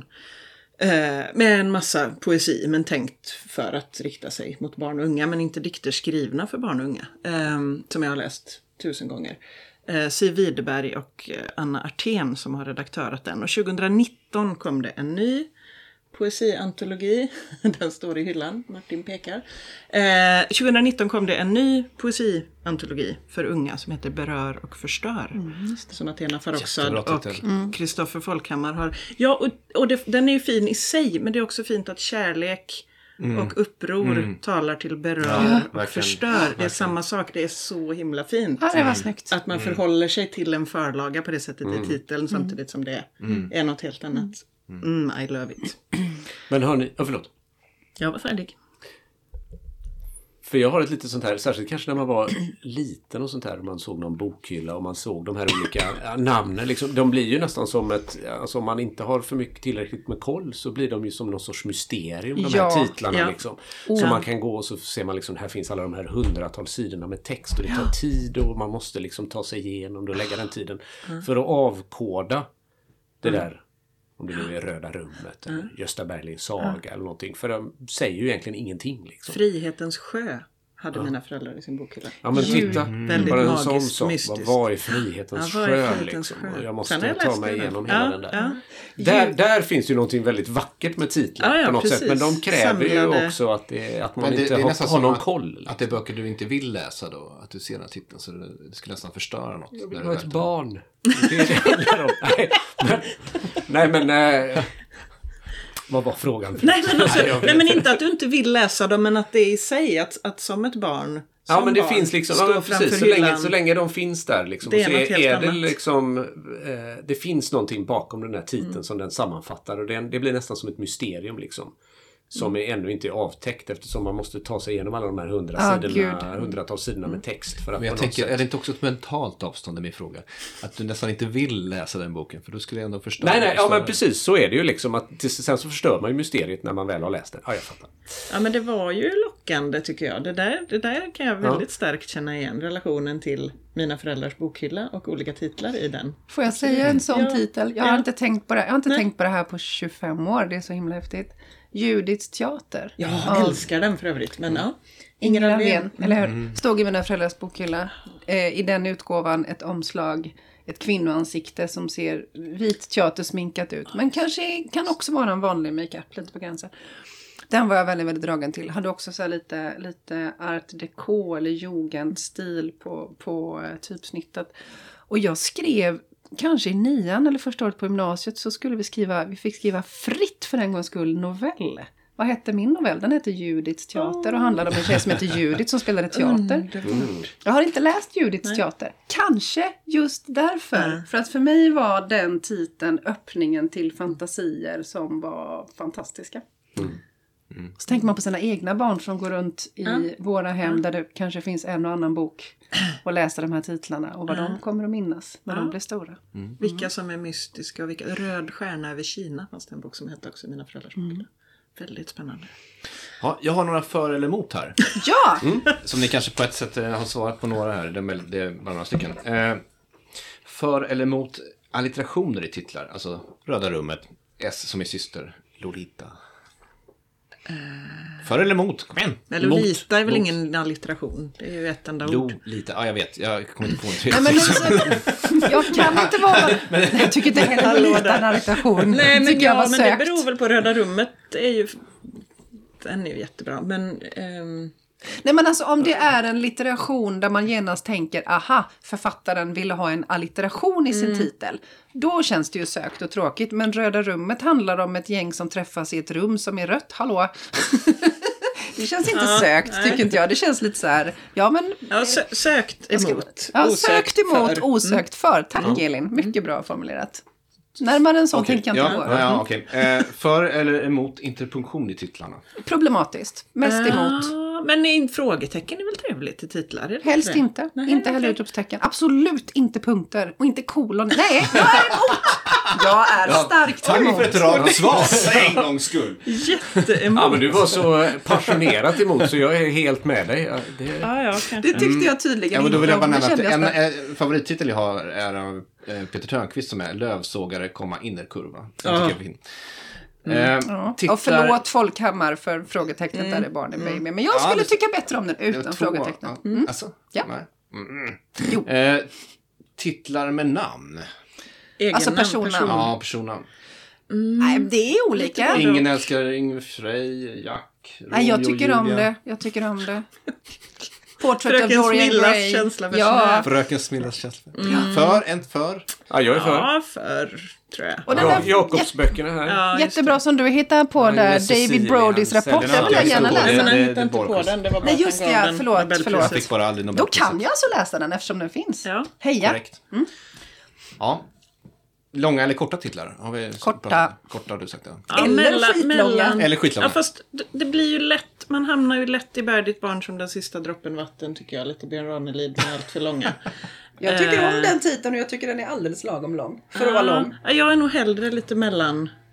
Med en massa poesi, men tänkt för att rikta sig mot barn och unga, men inte dikter skrivna för barn och unga, som jag har läst tusen gånger. Siv Widerberg och Anna Artén som har redaktörat den. Och tjugonitton kom det en ny poesiantologi, den står i hyllan, Martin pekar. Eh, tjugonitton kom det en ny poesiantologi för unga som heter Berör och förstör. Mm, som Athena Farrokhzad och Kristoffer Folkhammar har. Ja, och, och det, den är ju fin i sig, men det är också fint att kärlek mm. och uppror mm. talar till berör ja, och verkligen. förstör. Ja, det är samma sak, det är så himla fint. Ja, det var snyggt. Att man mm. förhåller sig till en förlaga på det sättet mm. i titeln, samtidigt som det mm. är något helt annat. Mm, I love it. Men hörni, ja förlåt. Jag var färdig. För jag har ett litet sånt här, särskilt kanske när man var liten och sånt här, man såg någon bokhylla och man såg de här olika namnen, liksom, de blir ju nästan som ett, alltså om man inte har för mycket tillräckligt med koll så blir de ju som någon sorts mysterium, de ja, här titlarna ja. liksom. Oh. Så man kan gå och så ser man liksom, här finns alla de här hundratals sidorna med text och det tar tid och man måste liksom ta sig igenom och lägga den tiden mm. för att avkoda det mm. där. Om det nu är Röda rummet eller Gösta Berlings saga mm. eller någonting. För de säger ju egentligen ingenting. Liksom. Frihetens sjö. hade ja. mina föräldrar i sin bokhylla. Ja men titta, mm. väldigt bara en magiskt, sån sak. mystiskt. Vad är frihetens ja, sjö frihetens liksom? sjö? Jag måste jag ta mig den. igenom ja, hela den där. Ja. Där, där finns ju någonting väldigt vackert med titlar ja, ja, på något precis. sätt. Men de kräver Samlade... ju också att, det, att man det, inte det har, har någon att, koll. Liksom. Att det är böcker du inte vill läsa då. Att du ser den här titeln så det, det skulle nästan förstöra något. Jag vill vara ett barn. Det är det handlar om. Nej men... Nej, men äh, vad var frågan? Nej men, alltså, nej, nej men inte att du inte vill läsa dem men att det är i sig att, att som ett barn ja men det barn, finns liksom ja, precis, så, länge, så länge de finns där liksom, det är, så något är, helt är det annat. liksom eh, det finns någonting bakom den här titeln mm. som den sammanfattar och det, det blir nästan som ett mysterium liksom. Som är ännu inte är avtäckt eftersom man måste ta sig igenom alla de här hundra ah, sidorna, hundratals sidorna med text. För att men jag tänker, sätt... är det inte också ett mentalt avstånd i min fråga? Att du nästan inte vill läsa den boken för då skulle jag ändå förstå. Nej, nej, ja men precis så är det ju liksom. Att, till, sen så förstör man ju mysteriet när man väl har läst det. Ja, jag fattar. Ja men det var ju lockande tycker jag. Det där, det där kan jag väldigt ja. starkt känna igen. Relationen till mina föräldrars bokhylla och olika titlar i den. Får jag säga en sån ja. titel? Jag har ja. inte, tänkt på det. Jag har inte tänkt på det här på tjugofem år. Det är så himla häftigt. Judiths teater. Jag ja. älskar den för övrigt. Men ja. Ingrid Alvén, eller hur? Mm. Stod i mina föräldrars bokhylla. Eh, I den utgåvan ett omslag. Ett kvinnoansikte som ser vit teater sminkat ut. Men kanske kan också vara en vanlig make-up. Lite på gränsen. Den var jag väldigt, väldigt dragen till. Hade också så här lite, lite art deco eller jugendstil på, på uh, typsnittet. Och jag skrev, kanske i nian eller första året på gymnasiet så skulle vi skriva, vi fick skriva fritt för en gångs skull novell. Vad hette min novell? Den hette Judiths teater och handlade om en tjej som heter Judith som spelade teater. Mm. Jag har inte läst Judiths Nej. teater. Kanske just därför. Mm. För att för mig var den titeln öppningen till fantasier som var fantastiska. Mm. Mm. Så tänker man på sina egna barn som går runt i mm. våra hem mm. där det kanske finns en och annan bok och läser de här titlarna och vad mm. de kommer att minnas när mm. de blir stora. Mm. Vilka som är mystiska och vilka. Röd stjärna över Kina fanns det en bok som hette också Mina föräldrars bok. Mm. Väldigt spännande. Ja, jag har några för eller emot här. Ja! Mm. Som ni kanske på ett sätt har svarat på några här. Det är, det är bara några stycken. Eh, för eller emot allitterationer i titlar. Alltså Röda rummet, S som är syster, Lolita. För eller emot? Kom igen. Men Lolita är väl mot. Ingen allitteration. Det är ju ett enda ord. Lolita, ja jag vet. Jag kommer inte på en tredje. Nej, men alltså, jag kan inte vara... Jag tycker inte heller Lolita är en allitteration. Nej, men, ja, men det beror väl på Röda rummet. Det är ju... Den är ju jättebra. Men... Um... Nej, men alltså om det är en litteration där man genast tänker aha, författaren ville ha en allitteration i sin mm. titel. Då känns det ju sökt och tråkigt. Men Röda rummet handlar om ett gäng som träffas i ett rum som är rött. Hallå? Det känns inte ja, sökt, nej. Tycker inte jag. Det känns lite så här, ja men... Ja, sö- sökt emot. Ja, sökt emot, för. osökt för. Tack mm. Elin, mycket bra formulerat. Närmare än så okay. tänker jag inte ja, på. Ja, okay. eh, för eller emot interpunktion i titlarna? Problematiskt, mest uh, emot. Men in, frågetecken är väl trevligt i titlar? Helst det? inte, nej, inte heller utropstecken. Absolut inte punkter och inte kolon. Nej, jag är emot! Jag är ja, starkt tack emot. Tack för ett rakt svar, en gångs skull. Jätteemot. Ja, men du var så passionerat emot så jag är helt med dig. Ja, det... Ja, ja, okay. det tyckte jag tydligen ja, men då vill jag bara nämna att en, en en favorittitel jag har är av Peter Törnqvist som är Lövsågare, innerkurva. Den ja. tycker jag är fin. Mm. Eh, ja. Titlar... Och förlåt Folkhammar för frågetecknet mm. där är barnen mm. baby. Men jag skulle ja, det... tycka bättre om den utan frågetecknet. Ja. Mm. Alltså? Ja. Mm. Jo. Eh, titlar med namn. Egen alltså personnamn. Person. Ja, personnamn. Mm. Nej, det är olika. Ingen älskar Ingvar Frey, Jack, Romeo, Nej, jag tycker Julia. om det. Jag tycker om det. Portrait Fröken of Dorian Smillas Gray. känsla för ja. Fröken Smillas känsla. Mm. För, en för. Ja, jag är för. Ja, för, tror jag. Och den ja, Jakobsböckerna här. Ja, jättebra som du hittar på ja, där. David Brodys rapport. Den vill jag gärna läsa. Men han hittade inte på den. Det var bara Nej, just det. Ja, förlåt. förlåt. Jag fick bara aldrig Då kan jag alltså läsa den eftersom den finns. Ja. Heja. Korrekt. Mm. Ja. Långa eller korta titlar? Har vi korta. Korta har du sagt det. Ja, eller skitlånga. Eller skitlånga. Ja, fast det, det blir ju lätt. Man hamnar ju lätt i Bär ditt barn som den sista droppen vatten tycker jag. Lite Björn Ranelid som är allt för långa. Jag tycker om den titeln och jag tycker den är alldeles lagom lång. För att vara lång. Jag är nog hellre lite mellan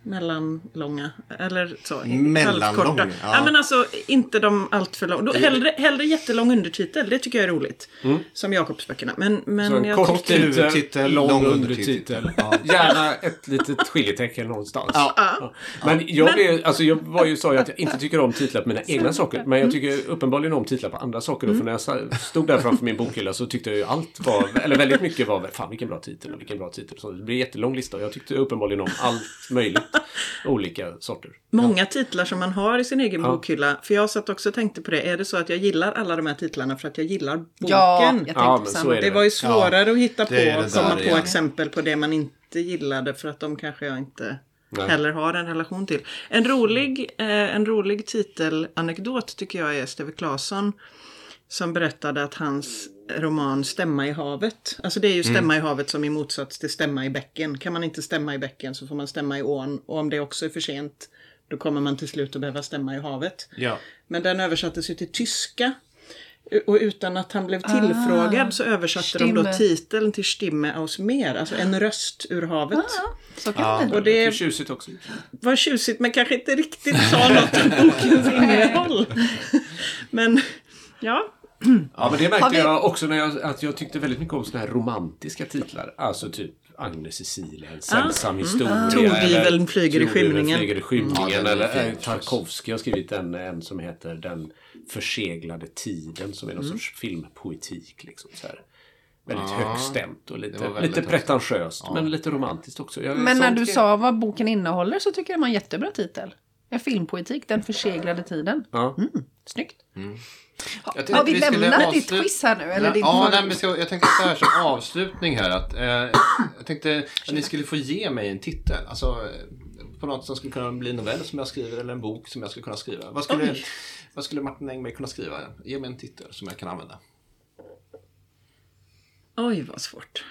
mellanlånga. Eller så. Mellanlånga, halvkorta. ja. Ja, men alltså inte de allt för långa. Hellre, hellre jättelång undertitel. Det tycker jag är roligt. Mm. Som Jakobsböckerna. Men, men så en jag kort tycker... huvudtitel, lång, lång undertitel. Ja. Gärna ett litet skiljetecken någonstans. Ja. Ja. Men jag, Men... blev, alltså jag var ju sa ju att jag inte tycker om titlar på mina egna saker. Men jag tycker uppenbarligen om titlar på andra saker. Mm. För när jag stod där framför min bokhylla så tyckte jag ju allt var, eller väldigt mycket var, fan vilken bra titel och vilken bra titel. Så det blev en jättelång lista och jag tyckte uppenbarligen om allt möjligt. Olika sorter. Många ja. titlar som man har i sin egen ja. bokhylla. För jag satt också och tänkte på det. Är det så att jag gillar alla de här titlarna för att jag gillar boken? Ja, jag tänkte ja, på samma. det. det var ju svårare ja. att hitta på. Det det komma där, på ja. exempel på det man inte gillade. För att de kanske jag inte Nej. heller har en relation till. En rolig, eh, en rolig titelanekdot tycker jag är Steve Claesson. Som berättade att hans roman Stämma i havet. Alltså det är ju stämma mm. i havet som i motsats till stämma i bäcken. Kan man inte stämma i bäcken så får man stämma i ån. Och om det också är för sent då kommer man till slut att behöva stämma i havet. Ja. Men den översattes ju till tyska. Och utan att han blev tillfrågad ah, så översatte stimme. de då titeln till Stimme aus Meer. Alltså en röst ur havet. Ah, så kan ja, det. Och det är tjusigt också. Var tjusigt men kanske inte riktigt sa något om bokens innehåll. Men ja... Ja, men det märkte vi... jag också när jag, att jag tyckte väldigt mycket om såna här romantiska titlar. Alltså typ Agnes Cecilia, En sällsam ah, historia. Mm. Tordgiveln flyger i skymningen. flyger i skymningen. Mm. Eller äh, Tarkovsky har skrivit en, en som heter Den förseglade tiden. Som är någon mm. sorts filmpoetik. Liksom, så här. Väldigt ja, högstämt och lite, lite pretentiöst. Ja. Men lite romantiskt också. Jag, men när du sa vad boken innehåller så tycker jag det var en jättebra titel. En filmpoetik, Den förseglade tiden. Ja. Mm. Snyggt. Mm. Har vi, vi lämnat avslut... ditt quiz här nu? Eller ja, din ja nej, men ska, jag tänkte så här som avslutning här att eh, jag tänkte att ni skulle få ge mig en titel. Alltså på något som skulle kunna bli en novell som jag skriver eller en bok som jag skulle kunna skriva. Vad skulle, vad skulle Martin Engberg kunna skriva? Ge mig en titel som jag kan använda. Oj, vad svårt.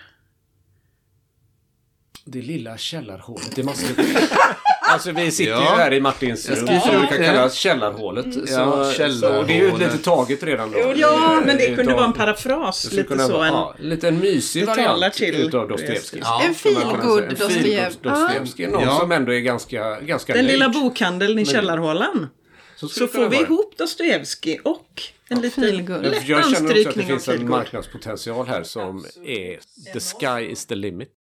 Det lilla källarhålet. Det måste... Alltså vi sitter ja. ju här i Martins rum ja. som brukar kallas källarhålet. Mm. Så, ja, så det är ju lite taget redan då. Ja, men det kunde vara en parafras. Lite så. Vara, en, ja, lite en mysig variant utav Dostojevskij. Ja, en feelgood Dostojevskij. Någon ja. som ändå är ganska, ganska Den nöjd. lilla bokhandeln i källarhålan. Så, så får vi ihop Dostojevskij och en ja, liten lätt jag känner också att det finns en marknadspotential här som är the sky is the limit.